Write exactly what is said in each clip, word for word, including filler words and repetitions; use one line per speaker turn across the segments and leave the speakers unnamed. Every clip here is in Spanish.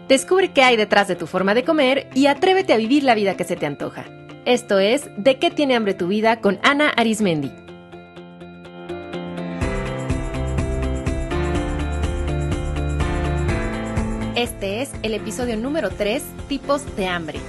Descubre qué hay detrás de tu forma de comer y atrévete a vivir la vida que se te antoja. Esto es ¿De qué tiene hambre tu vida? Con Ana Arismendi. Este es el episodio número tres, tipos de hambre.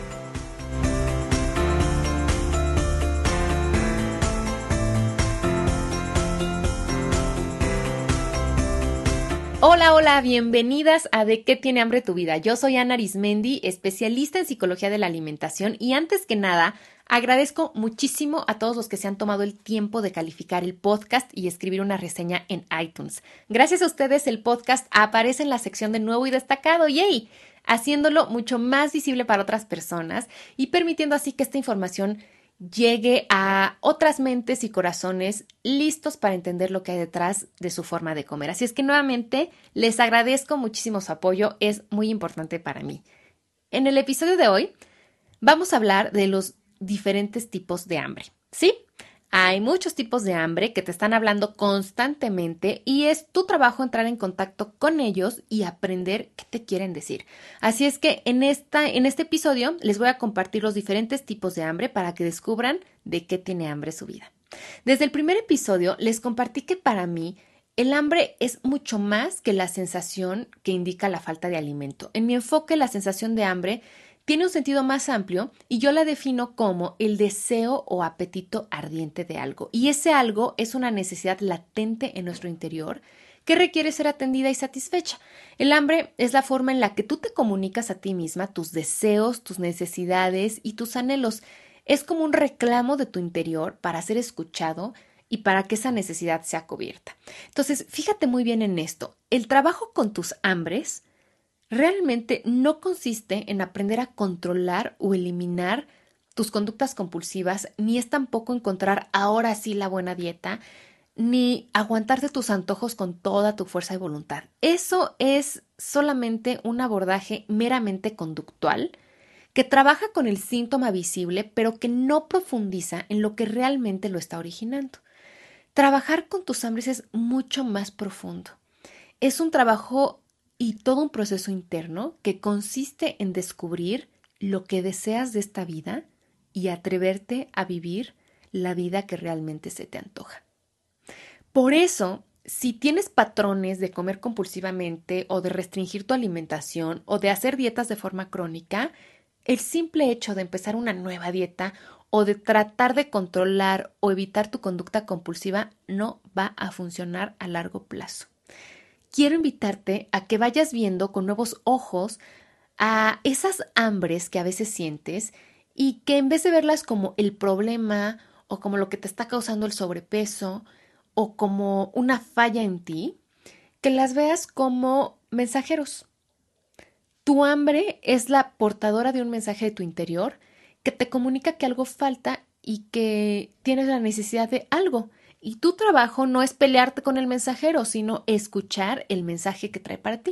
Hola, hola, bienvenidas a ¿De qué tiene hambre tu vida? Yo soy Ana Arismendi, especialista en psicología de la alimentación y antes que nada agradezco muchísimo a todos los que se han tomado el tiempo de calificar el podcast y escribir una reseña en iTunes. Gracias a ustedes el podcast aparece en la sección de nuevo y destacado, ¡yay!, haciéndolo mucho más visible para otras personas y permitiendo así que esta información llegue a otras mentes y corazones listos para entender lo que hay detrás de su forma de comer. Así es que nuevamente les agradezco muchísimo su apoyo, es muy importante para mí. En el episodio de hoy vamos a hablar de los diferentes tipos de hambre, ¿sí? Hay muchos tipos de hambre que te están hablando constantemente y es tu trabajo entrar en contacto con ellos y aprender qué te quieren decir. Así es que en, esta, en este episodio les voy a compartir los diferentes tipos de hambre para que descubran de qué tiene hambre su vida. Desde el primer episodio les compartí que para mí el hambre es mucho más que la sensación que indica la falta de alimento. En mi enfoque, la sensación de hambre tiene un sentido más amplio y yo la defino como el deseo o apetito ardiente de algo. Y ese algo es una necesidad latente en nuestro interior que requiere ser atendida y satisfecha. El hambre es la forma en la que tú te comunicas a ti misma, tus deseos, tus necesidades y tus anhelos. Es como un reclamo de tu interior para ser escuchado y para que esa necesidad sea cubierta. Entonces, fíjate muy bien en esto. El trabajo con tus hambres realmente no consiste en aprender a controlar o eliminar tus conductas compulsivas, ni es tampoco encontrar ahora sí la buena dieta, ni aguantarte tus antojos con toda tu fuerza de voluntad. Eso es solamente un abordaje meramente conductual que trabaja con el síntoma visible, pero que no profundiza en lo que realmente lo está originando. Trabajar con tus hambres es mucho más profundo. Es un trabajo y todo un proceso interno que consiste en descubrir lo que deseas de esta vida y atreverte a vivir la vida que realmente se te antoja. Por eso, si tienes patrones de comer compulsivamente o de restringir tu alimentación o de hacer dietas de forma crónica, el simple hecho de empezar una nueva dieta o de tratar de controlar o evitar tu conducta compulsiva no va a funcionar a largo plazo. Quiero invitarte a que vayas viendo con nuevos ojos a esas hambres que a veces sientes y que en vez de verlas como el problema o como lo que te está causando el sobrepeso o como una falla en ti, que las veas como mensajeros. Tu hambre es la portadora de un mensaje de tu interior que te comunica que algo falta y que tienes la necesidad de algo. Y tu trabajo no es pelearte con el mensajero, sino escuchar el mensaje que trae para ti.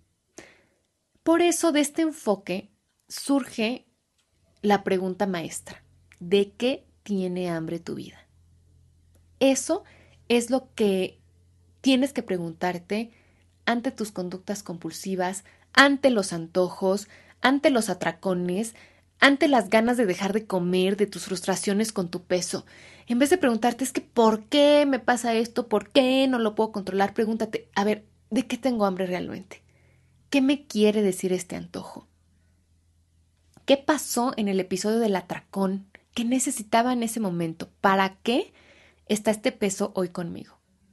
Por eso, de este enfoque surge la pregunta maestra: ¿de qué tiene hambre tu vida? Eso es lo que tienes que preguntarte ante tus conductas compulsivas, ante los antojos, ante los atracones, ante las ganas de dejar de comer, de tus frustraciones con tu peso. En vez de preguntarte, es que ¿por qué me pasa esto? ¿Por qué no lo puedo controlar? Pregúntate, a ver, ¿de qué tengo hambre realmente? ¿Qué me quiere decir este antojo? ¿Qué pasó en el episodio del atracón? ¿Qué necesitaba en ese momento? ¿Para qué está este peso hoy conmigo?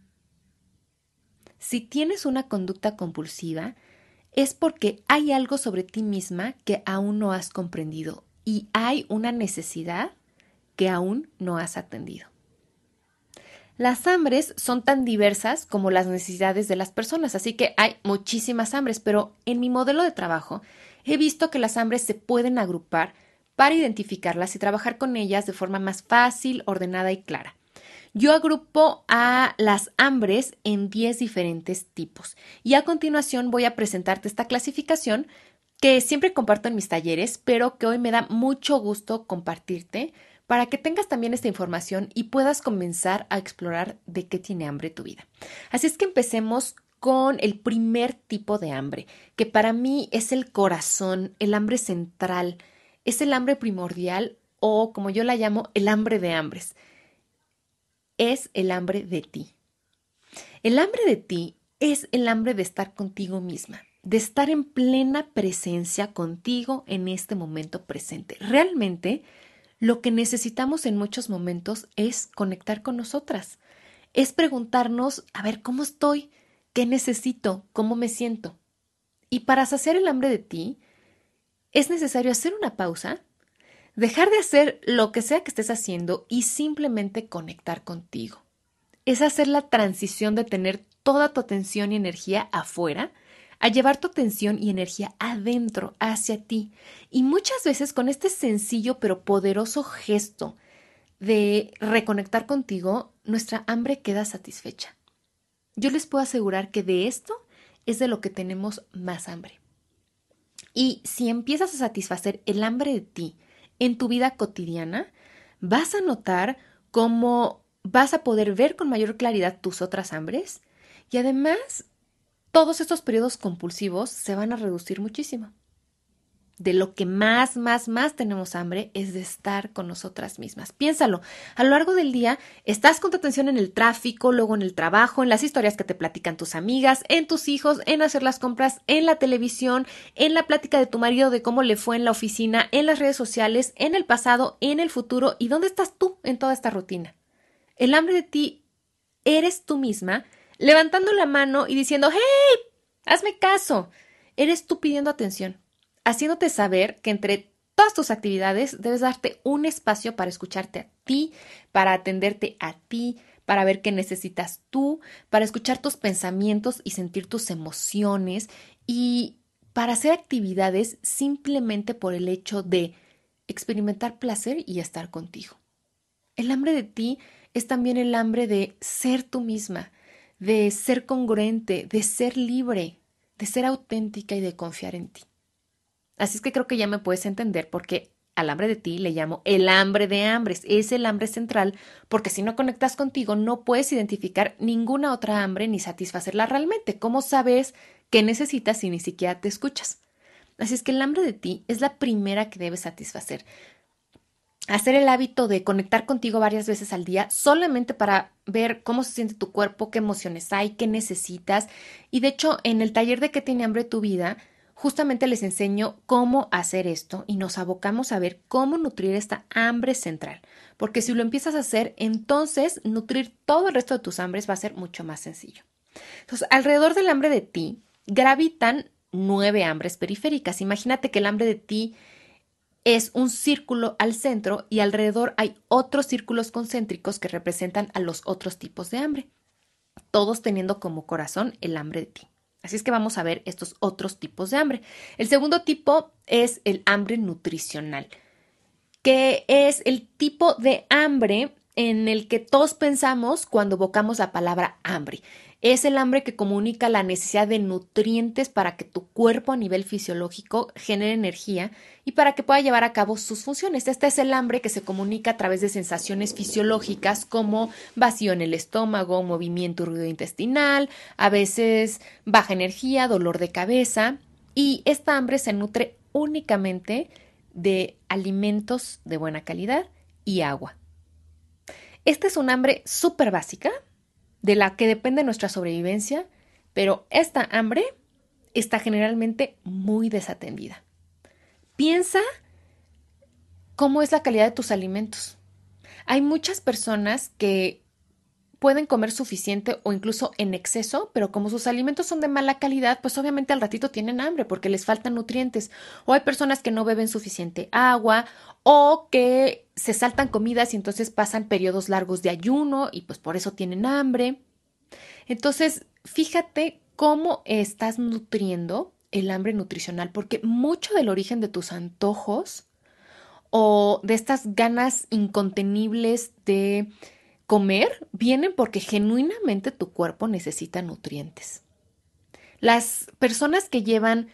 Si tienes una conducta compulsiva, es porque hay algo sobre ti misma que aún no has comprendido y hay una necesidad que aún no has atendido. Las hambres son tan diversas como las necesidades de las personas, así que hay muchísimas hambres, pero en mi modelo de trabajo he visto que las hambres se pueden agrupar para identificarlas y trabajar con ellas de forma más fácil, ordenada y clara. Yo agrupo a las hambres en diez diferentes tipos y a continuación voy a presentarte esta clasificación que siempre comparto en mis talleres, pero que hoy me da mucho gusto compartirte para que tengas también esta información y puedas comenzar a explorar de qué tiene hambre tu vida. Así es que empecemos con el primer tipo de hambre, que para mí es el corazón, el hambre central, es el hambre primordial o, como yo la llamo, el hambre de hambres. Es el hambre de ti. El hambre de ti es el hambre de estar contigo misma, de estar en plena presencia contigo en este momento presente. Realmente, lo que necesitamos en muchos momentos es conectar con nosotras, es preguntarnos, a ver, ¿cómo estoy? ¿Qué necesito? ¿Cómo me siento? Y para saciar el hambre de ti, es necesario hacer una pausa, dejar de hacer lo que sea que estés haciendo y simplemente conectar contigo. Es hacer la transición de tener toda tu atención y energía afuera a llevar tu atención y energía adentro, hacia ti. Y muchas veces con este sencillo pero poderoso gesto de reconectar contigo, nuestra hambre queda satisfecha. Yo les puedo asegurar que de esto es de lo que tenemos más hambre. Y si empiezas a satisfacer el hambre de ti en tu vida cotidiana, vas a notar cómo vas a poder ver con mayor claridad tus otras hambres y además todos estos periodos compulsivos se van a reducir muchísimo. De lo que más, más, más tenemos hambre es de estar con nosotras mismas. Piénsalo, a lo largo del día estás con tu atención en el tráfico, luego en el trabajo, en las historias que te platican tus amigas, en tus hijos, en hacer las compras, en la televisión, en la plática de tu marido de cómo le fue en la oficina, en las redes sociales, en el pasado, en el futuro. ¿Y dónde estás tú en toda esta rutina? El hambre de ti eres tú misma, levantando la mano y diciendo, ¡hey! Hazme caso. Eres tú pidiendo atención, haciéndote saber que entre todas tus actividades debes darte un espacio para escucharte a ti, para atenderte a ti, para ver qué necesitas tú, para escuchar tus pensamientos y sentir tus emociones y para hacer actividades simplemente por el hecho de experimentar placer y estar contigo. El hambre de ti es también el hambre de ser tú misma, de ser congruente, de ser libre, de ser auténtica y de confiar en ti. Así es que creo que ya me puedes entender porque al hambre de ti le llamo el hambre de hambres. Es el hambre central porque si no conectas contigo no puedes identificar ninguna otra hambre ni satisfacerla realmente. ¿Cómo sabes qué necesitas si ni siquiera te escuchas? Así es que el hambre de ti es la primera que debes satisfacer. Hacer el hábito de conectar contigo varias veces al día solamente para ver cómo se siente tu cuerpo, qué emociones hay, qué necesitas. Y de hecho, en el taller de ¿Qué tiene hambre tu vida?, justamente les enseño cómo hacer esto y nos abocamos a ver cómo nutrir esta hambre central. Porque si lo empiezas a hacer, entonces nutrir todo el resto de tus hambres va a ser mucho más sencillo. Entonces, alrededor del hambre de ti gravitan nueve hambres periféricas. Imagínate que el hambre de ti es un círculo al centro y alrededor hay otros círculos concéntricos que representan a los otros tipos de hambre, todos teniendo como corazón el hambre de ti. Así es que vamos a ver estos otros tipos de hambre. El segundo tipo es el hambre nutricional, que es el tipo de hambre en el que todos pensamos cuando evocamos la palabra hambre. Es el hambre que comunica la necesidad de nutrientes para que tu cuerpo a nivel fisiológico genere energía y para que pueda llevar a cabo sus funciones. Este es el hambre que se comunica a través de sensaciones fisiológicas como vacío en el estómago, movimiento y ruido intestinal, a veces baja energía, dolor de cabeza. Y esta hambre se nutre únicamente de alimentos de buena calidad y agua. Esta es un hambre súper básica, de la que depende nuestra sobrevivencia, pero esta hambre está generalmente muy desatendida. Piensa cómo es la calidad de tus alimentos. Hay muchas personas que pueden comer suficiente o incluso en exceso, pero como sus alimentos son de mala calidad, pues obviamente al ratito tienen hambre porque les faltan nutrientes. O hay personas que no beben suficiente agua o que se saltan comidas y entonces pasan periodos largos de ayuno y pues por eso tienen hambre. Entonces, fíjate cómo estás nutriendo el hambre nutricional, porque mucho del origen de tus antojos o de estas ganas incontenibles de comer vienen porque genuinamente tu cuerpo necesita nutrientes. Las personas que llevan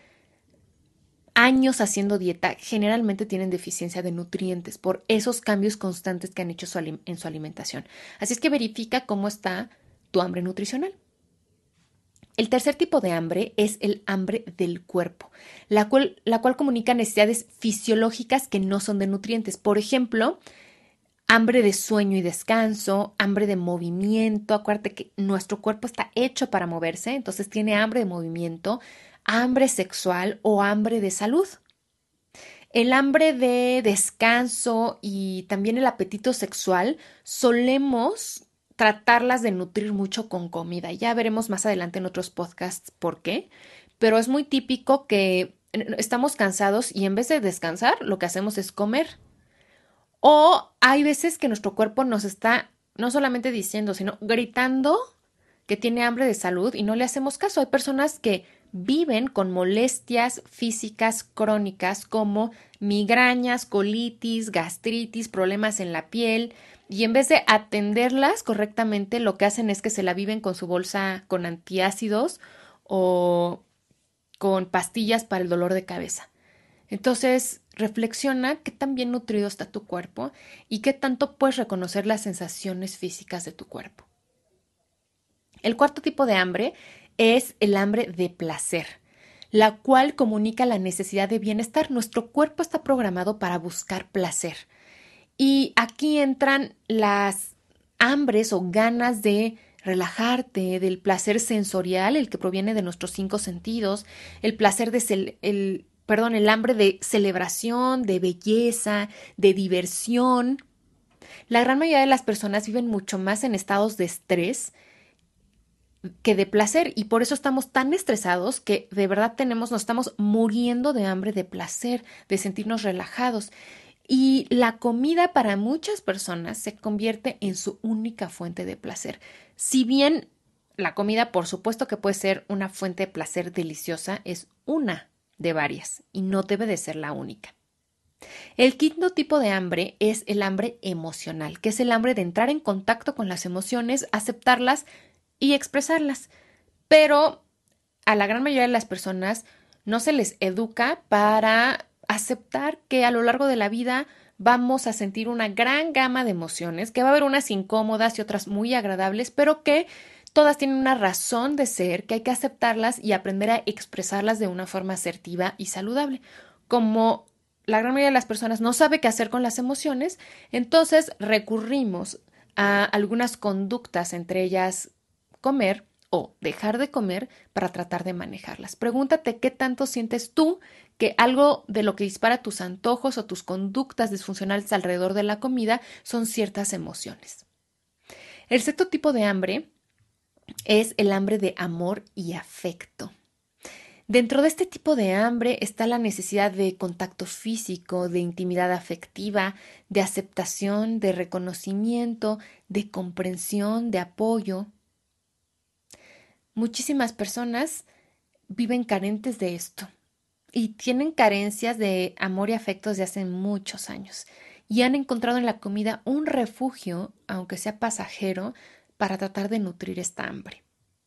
años haciendo dieta generalmente tienen deficiencia de nutrientes por esos cambios constantes que han hecho en su alimentación. Así es que verifica cómo está tu hambre nutricional. El tercer tipo de hambre es el hambre del cuerpo, la cual, la cual comunica necesidades fisiológicas que no son de nutrientes. Por ejemplo, hambre de sueño y descanso, hambre de movimiento. Acuérdate que nuestro cuerpo está hecho para moverse, entonces tiene hambre de movimiento, hambre sexual o hambre de salud. El hambre de descanso y también el apetito sexual solemos tratarlas de nutrir mucho con comida. Ya veremos más adelante en otros podcasts por qué, pero es muy típico que estamos cansados y en vez de descansar, lo que hacemos es comer. O hay veces que nuestro cuerpo nos está no solamente diciendo, sino gritando que tiene hambre de salud y no le hacemos caso. Hay personas que viven con molestias físicas crónicas como migrañas, colitis, gastritis, problemas en la piel, y en vez de atenderlas correctamente, lo que hacen es que se la viven con su bolsa con antiácidos o con pastillas para el dolor de cabeza. Entonces, reflexiona qué tan bien nutrido está tu cuerpo y qué tanto puedes reconocer las sensaciones físicas de tu cuerpo. El cuarto tipo de hambre es el hambre de placer, la cual comunica la necesidad de bienestar. Nuestro cuerpo está programado para buscar placer. Y aquí entran las hambres o ganas de relajarte, del placer sensorial, el que proviene de nuestros cinco sentidos, el placer de cel- el, perdón, el hambre de celebración, de belleza, de diversión. La gran mayoría de las personas viven mucho más en estados de estrés que de placer, y por eso estamos tan estresados que de verdad tenemos, nos estamos muriendo de hambre de placer, de sentirnos relajados. Y la comida para muchas personas se convierte en su única fuente de placer. Si bien la comida, por supuesto que puede ser una fuente de placer deliciosa, es una de varias y no debe de ser la única. El quinto tipo de hambre es el hambre emocional, que es el hambre de entrar en contacto con las emociones, aceptarlas y expresarlas. Pero a la gran mayoría de las personas no se les educa para aceptar que a lo largo de la vida vamos a sentir una gran gama de emociones, que va a haber unas incómodas y otras muy agradables, pero que todas tienen una razón de ser, que hay que aceptarlas y aprender a expresarlas de una forma asertiva y saludable. Como la gran mayoría de las personas no sabe qué hacer con las emociones, entonces recurrimos a algunas conductas, entre ellas comer o dejar de comer, para tratar de manejarlas. Pregúntate qué tanto sientes tú que algo de lo que dispara tus antojos o tus conductas disfuncionales alrededor de la comida son ciertas emociones. El sexto tipo de hambre es el hambre de amor y afecto. Dentro de este tipo de hambre está la necesidad de contacto físico, de intimidad afectiva, de aceptación, de reconocimiento, de comprensión, de apoyo. Muchísimas personas viven carentes de esto y tienen carencias de amor y afecto desde hace muchos años y han encontrado en la comida un refugio, aunque sea pasajero, para tratar de nutrir esta hambre.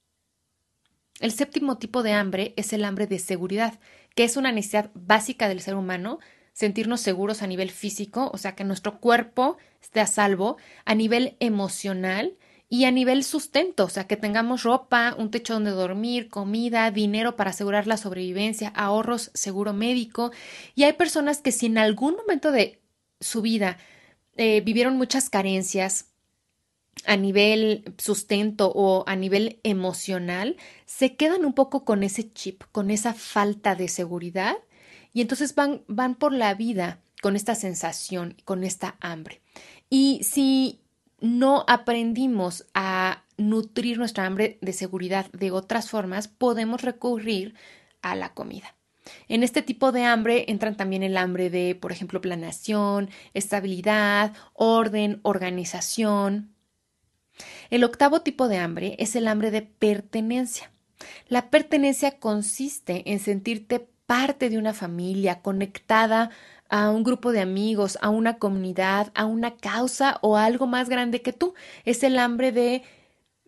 El séptimo tipo de hambre es el hambre de seguridad, que es una necesidad básica del ser humano, sentirnos seguros a nivel físico, o sea, que nuestro cuerpo esté a salvo, a nivel emocional y a nivel sustento, o sea, que tengamos ropa, un techo donde dormir, comida, dinero para asegurar la sobrevivencia, ahorros, seguro médico. Y hay personas que si en algún momento de su vida eh, vivieron muchas carencias a nivel sustento o a nivel emocional, se quedan un poco con ese chip, con esa falta de seguridad, y entonces van, van por la vida con esta sensación, con esta hambre. Y si no aprendimos a nutrir nuestra hambre de seguridad de otras formas, podemos recurrir a la comida. En este tipo de hambre entran también el hambre de, por ejemplo, planeación, estabilidad, orden, organización. El octavo tipo de hambre es el hambre de pertenencia. La pertenencia consiste en sentirte parte de una familia, conectada a un grupo de amigos, a una comunidad, a una causa o a algo más grande que tú. Es el hambre de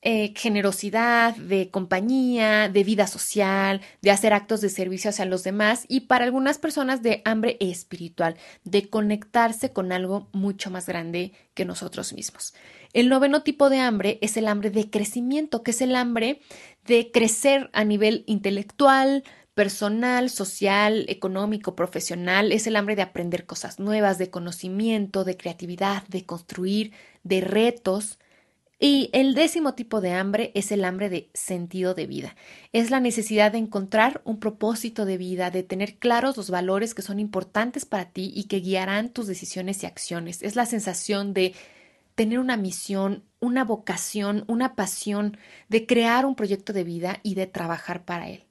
eh, generosidad, de compañía, de vida social, de hacer actos de servicio hacia los demás y para algunas personas de hambre espiritual, de conectarse con algo mucho más grande que nosotros mismos. El noveno tipo de hambre es el hambre de crecimiento, que es el hambre de crecer a nivel intelectual, personal, social, económico, profesional. Es el hambre de aprender cosas nuevas, de conocimiento, de creatividad, de construir, de retos. Y el décimo tipo de hambre es el hambre de sentido de vida. Es la necesidad de encontrar un propósito de vida, de tener claros los valores que son importantes para ti y que guiarán tus decisiones y acciones. Es la sensación de tener una misión, una vocación, una pasión, de crear un proyecto de vida y de trabajar para él.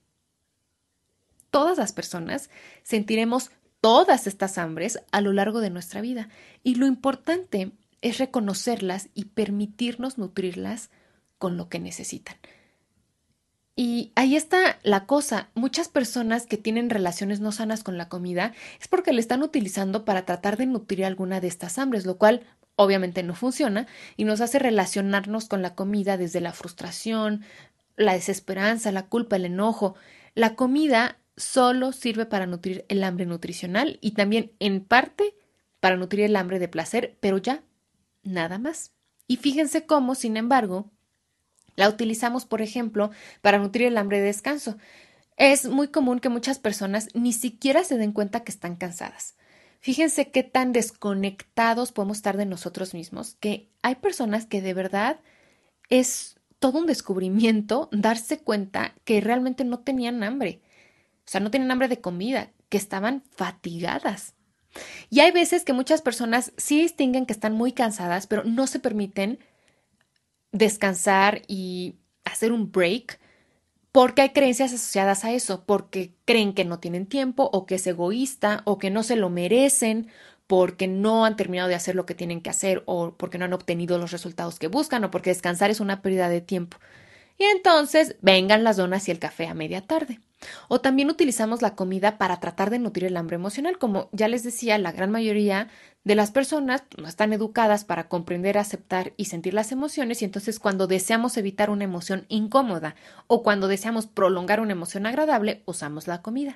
Todas las personas sentiremos todas estas hambres a lo largo de nuestra vida y lo importante es reconocerlas y permitirnos nutrirlas con lo que necesitan. Y ahí está la cosa. Muchas personas que tienen relaciones no sanas con la comida es porque la están utilizando para tratar de nutrir alguna de estas hambres, lo cual obviamente no funciona y nos hace relacionarnos con la comida desde la frustración, la desesperanza, la culpa, el enojo. La comida solo sirve para nutrir el hambre nutricional y también en parte para nutrir el hambre de placer, pero ya nada más. Y fíjense cómo, sin embargo, la utilizamos, por ejemplo, para nutrir el hambre de descanso. Es muy común que muchas personas ni siquiera se den cuenta que están cansadas. Fíjense qué tan desconectados podemos estar de nosotros mismos, que hay personas que de verdad es todo un descubrimiento darse cuenta que realmente no tenían hambre. O sea, no tenían hambre de comida, que estaban fatigadas. Y hay veces que muchas personas sí distinguen que están muy cansadas, pero no se permiten descansar y hacer un break porque hay creencias asociadas a eso, porque creen que no tienen tiempo o que es egoísta o que no se lo merecen porque no han terminado de hacer lo que tienen que hacer o porque no han obtenido los resultados que buscan o porque descansar es una pérdida de tiempo. Y entonces vengan las donas y el café a media tarde. O también utilizamos la comida para tratar de nutrir el hambre emocional. Como ya les decía, la gran mayoría de las personas no están educadas para comprender, aceptar y sentir las emociones y entonces cuando deseamos evitar una emoción incómoda o cuando deseamos prolongar una emoción agradable, usamos la comida.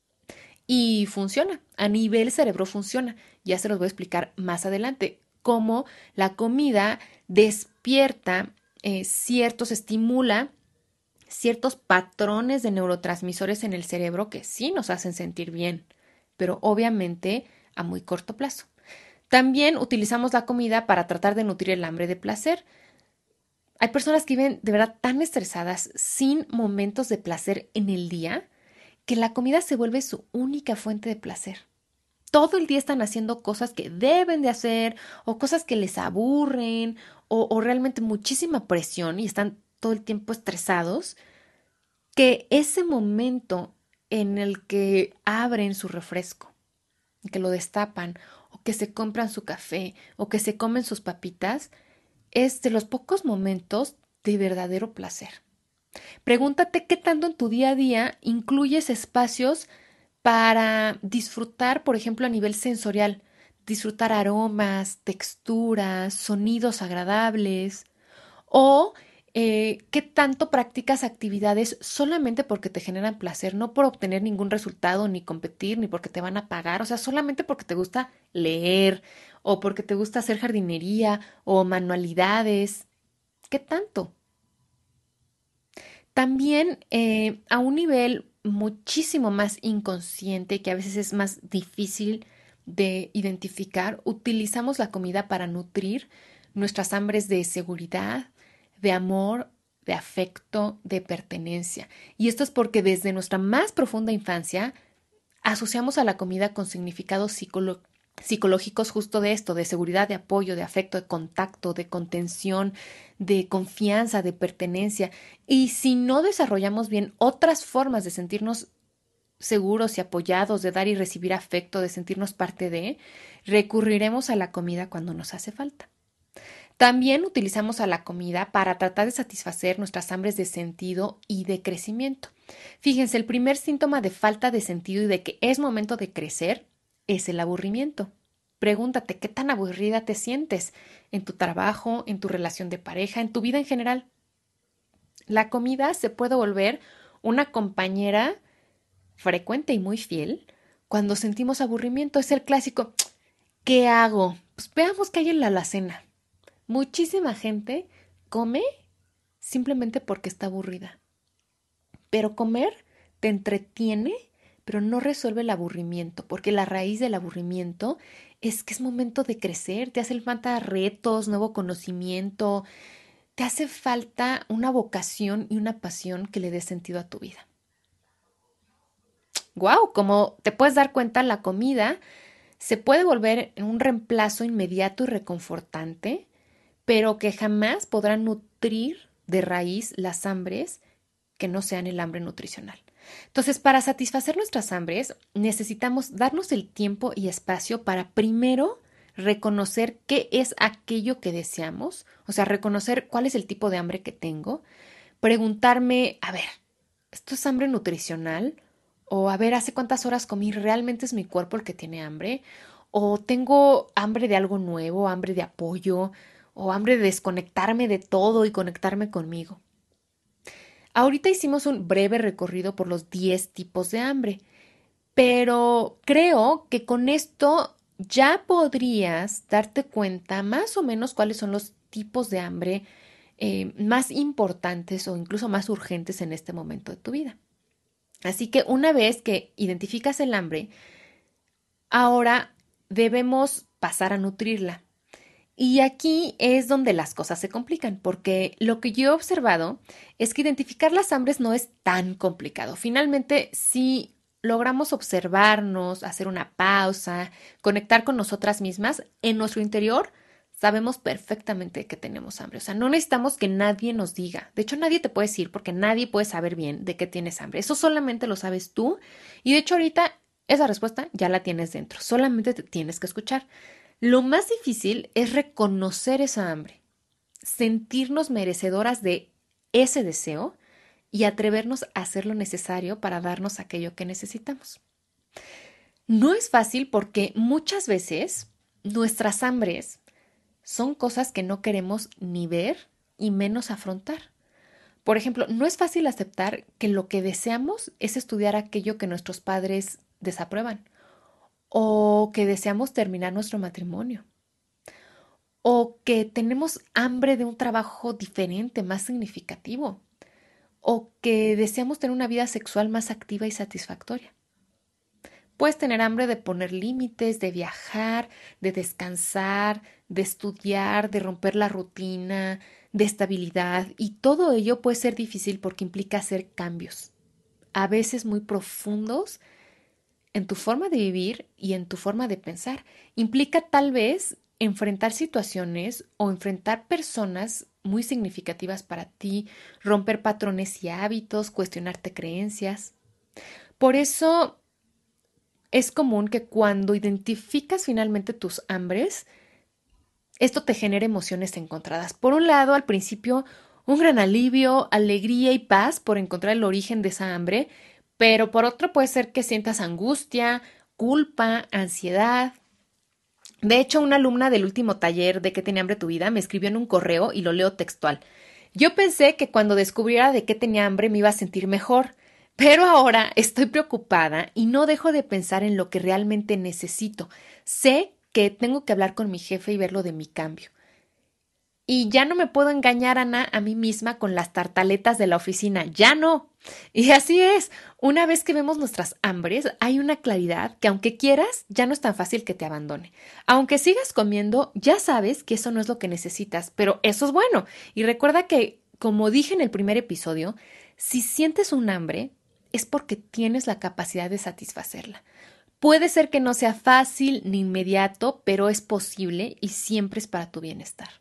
Y funciona, a nivel cerebro funciona. Ya se los voy a explicar más adelante cómo la comida despierta eh, ciertos, estimula ciertos patrones de neurotransmisores en el cerebro que sí nos hacen sentir bien, pero obviamente a muy corto plazo. También utilizamos la comida para tratar de nutrir el hambre de placer. Hay personas que viven de verdad tan estresadas, sin momentos de placer en el día, que la comida se vuelve su única fuente de placer. Todo el día están haciendo cosas que deben de hacer o cosas que les aburren o, o realmente muchísima presión y están todo el tiempo estresados, que ese momento en el que abren su refresco, que lo destapan o que se compran su café o que se comen sus papitas, es de los pocos momentos de verdadero placer. Pregúntate qué tanto en tu día a día incluyes espacios para disfrutar, por ejemplo, a nivel sensorial, disfrutar aromas, texturas, sonidos agradables o eh, qué tanto practicas actividades solamente porque te generan placer, no por obtener ningún resultado, ni competir, ni porque te van a pagar, o sea, solamente porque te gusta leer o porque te gusta hacer jardinería o manualidades. ¿Qué tanto? También eh, a un nivel muchísimo más inconsciente, que a veces es más difícil de identificar, utilizamos la comida para nutrir nuestras hambres de seguridad, de amor, de afecto, de pertenencia. Y esto es porque desde nuestra más profunda infancia asociamos a la comida con significados psicológicos psicológicos justo de esto, de seguridad, de apoyo, de afecto, de contacto, de contención, de confianza, de pertenencia. Y si no desarrollamos bien otras formas de sentirnos seguros y apoyados, de dar y recibir afecto, de sentirnos parte de, recurriremos a la comida cuando nos hace falta. También utilizamos a la comida para tratar de satisfacer nuestras hambres de sentido y de crecimiento. Fíjense, el primer síntoma de falta de sentido y de que es momento de crecer es el aburrimiento. Pregúntate qué tan aburrida te sientes en tu trabajo, en tu relación de pareja, en tu vida en general. La comida se puede volver una compañera frecuente y muy fiel cuando sentimos aburrimiento. Es el clásico, ¿qué hago? Pues veamos qué hay en la alacena. Muchísima gente come simplemente porque está aburrida. Pero comer te entretiene, pero no resuelve el aburrimiento, porque la raíz del aburrimiento es que es momento de crecer, te hacen falta retos, nuevo conocimiento, te hace falta una vocación y una pasión que le dé sentido a tu vida. Wow, como te puedes dar cuenta, la comida se puede volver un reemplazo inmediato y reconfortante, pero que jamás podrá nutrir de raíz las hambres que no sean el hambre nutricional. Entonces, para satisfacer nuestras hambres, necesitamos darnos el tiempo y espacio para primero reconocer qué es aquello que deseamos, o sea, reconocer cuál es el tipo de hambre que tengo, preguntarme, a ver, ¿esto es hambre nutricional? O a ver, ¿hace cuántas horas comí? ¿Realmente es mi cuerpo el que tiene hambre? ¿O tengo hambre de algo nuevo, hambre de apoyo, o hambre de desconectarme de todo y conectarme conmigo? Ahorita hicimos un breve recorrido por los diez tipos de hambre, pero creo que con esto ya podrías darte cuenta más o menos cuáles son los tipos de hambre eh, más importantes o incluso más urgentes en este momento de tu vida. Así que una vez que identificas el hambre, ahora debemos pasar a nutrirla. Y aquí es donde las cosas se complican, porque lo que yo he observado es que identificar las hambres no es tan complicado. Finalmente, si logramos observarnos, hacer una pausa, conectar con nosotras mismas, en nuestro interior sabemos perfectamente que tenemos hambre. O sea, no necesitamos que nadie nos diga. De hecho, nadie te puede decir porque nadie puede saber bien de qué tienes hambre. Eso solamente lo sabes tú. Y de hecho, ahorita esa respuesta ya la tienes dentro. Solamente te tienes que escuchar. Lo más difícil es reconocer esa hambre, sentirnos merecedoras de ese deseo y atrevernos a hacer lo necesario para darnos aquello que necesitamos. No es fácil porque muchas veces nuestras hambres son cosas que no queremos ni ver y menos afrontar. Por ejemplo, no es fácil aceptar que lo que deseamos es estudiar aquello que nuestros padres desaprueban o que deseamos terminar nuestro matrimonio, o que tenemos hambre de un trabajo diferente, más significativo, o que deseamos tener una vida sexual más activa y satisfactoria. Puedes tener hambre de poner límites, de viajar, de descansar, de estudiar, de romper la rutina, de estabilidad, y todo ello puede ser difícil porque implica hacer cambios, a veces muy profundos, en tu forma de vivir y en tu forma de pensar. Implica tal vez enfrentar situaciones o enfrentar personas muy significativas para ti, romper patrones y hábitos, cuestionarte creencias. Por eso es común que cuando identificas finalmente tus hambres, esto te genera emociones encontradas. Por un lado, al principio, un gran alivio, alegría y paz por encontrar el origen de esa hambre, pero por otro puede ser que sientas angustia, culpa, ansiedad. De hecho, una alumna del último taller de ¿Qué tenía hambre tu vida? Me escribió en un correo y lo leo textual. Yo pensé que cuando descubriera de qué tenía hambre me iba a sentir mejor, pero ahora estoy preocupada y no dejo de pensar en lo que realmente necesito. Sé que tengo que hablar con mi jefe y ver lo de mi cambio. Y ya no me puedo engañar, Ana, a mí misma con las tartaletas de la oficina. Ya no. Y así es. Una vez que vemos nuestras hambres, hay una claridad que aunque quieras, ya no es tan fácil que te abandone. Aunque sigas comiendo, ya sabes que eso no es lo que necesitas, pero eso es bueno. Y recuerda que, como dije en el primer episodio, si sientes un hambre, es porque tienes la capacidad de satisfacerla. Puede ser que no sea fácil ni inmediato, pero es posible y siempre es para tu bienestar.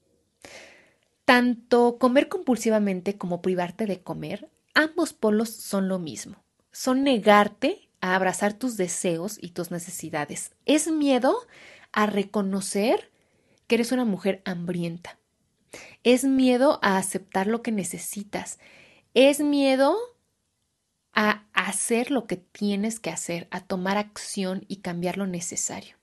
Tanto comer compulsivamente como privarte de comer, ambos polos son lo mismo. Son negarte a abrazar tus deseos y tus necesidades. Es miedo a reconocer que eres una mujer hambrienta. Es miedo a aceptar lo que necesitas. Es miedo a hacer lo que tienes que hacer, a tomar acción y cambiar lo necesario.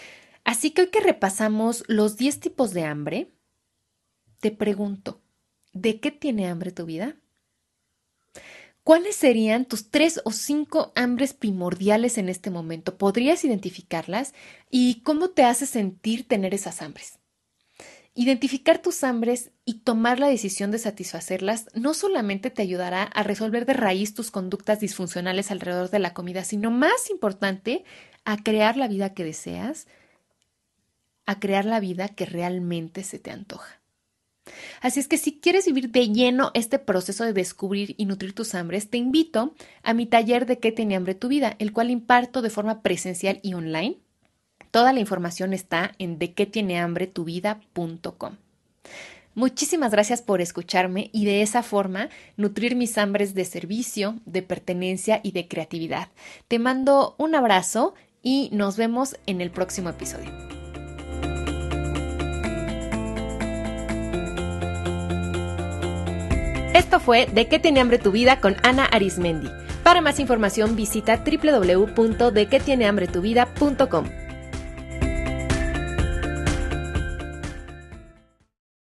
Así que hoy que repasamos los diez tipos de hambre, te pregunto, ¿de qué tiene hambre tu vida? ¿Cuáles serían tus tres o cinco hambres primordiales en este momento? ¿Podrías identificarlas? ¿Y cómo te hace sentir tener esas hambres? Identificar tus hambres y tomar la decisión de satisfacerlas no solamente te ayudará a resolver de raíz tus conductas disfuncionales alrededor de la comida, sino más importante, a crear la vida que deseas, a crear la vida que realmente se te antoja. Así es que si quieres vivir de lleno este proceso de descubrir y nutrir tus hambres, te invito a mi taller de ¿Qué tiene hambre tu vida?, el cual imparto de forma presencial y online. Toda la información está en de qué tiene hambre tu vida punto com. Muchísimas gracias por escucharme y de esa forma nutrir mis hambres de servicio, de pertenencia y de creatividad. Te mando un abrazo y nos vemos en el próximo episodio. Esto fue ¿De qué tiene hambre tu vida? Con Ana Arismendi. Para más información visita doble u doble u doble u punto de qué tiene hambre tu vida punto com.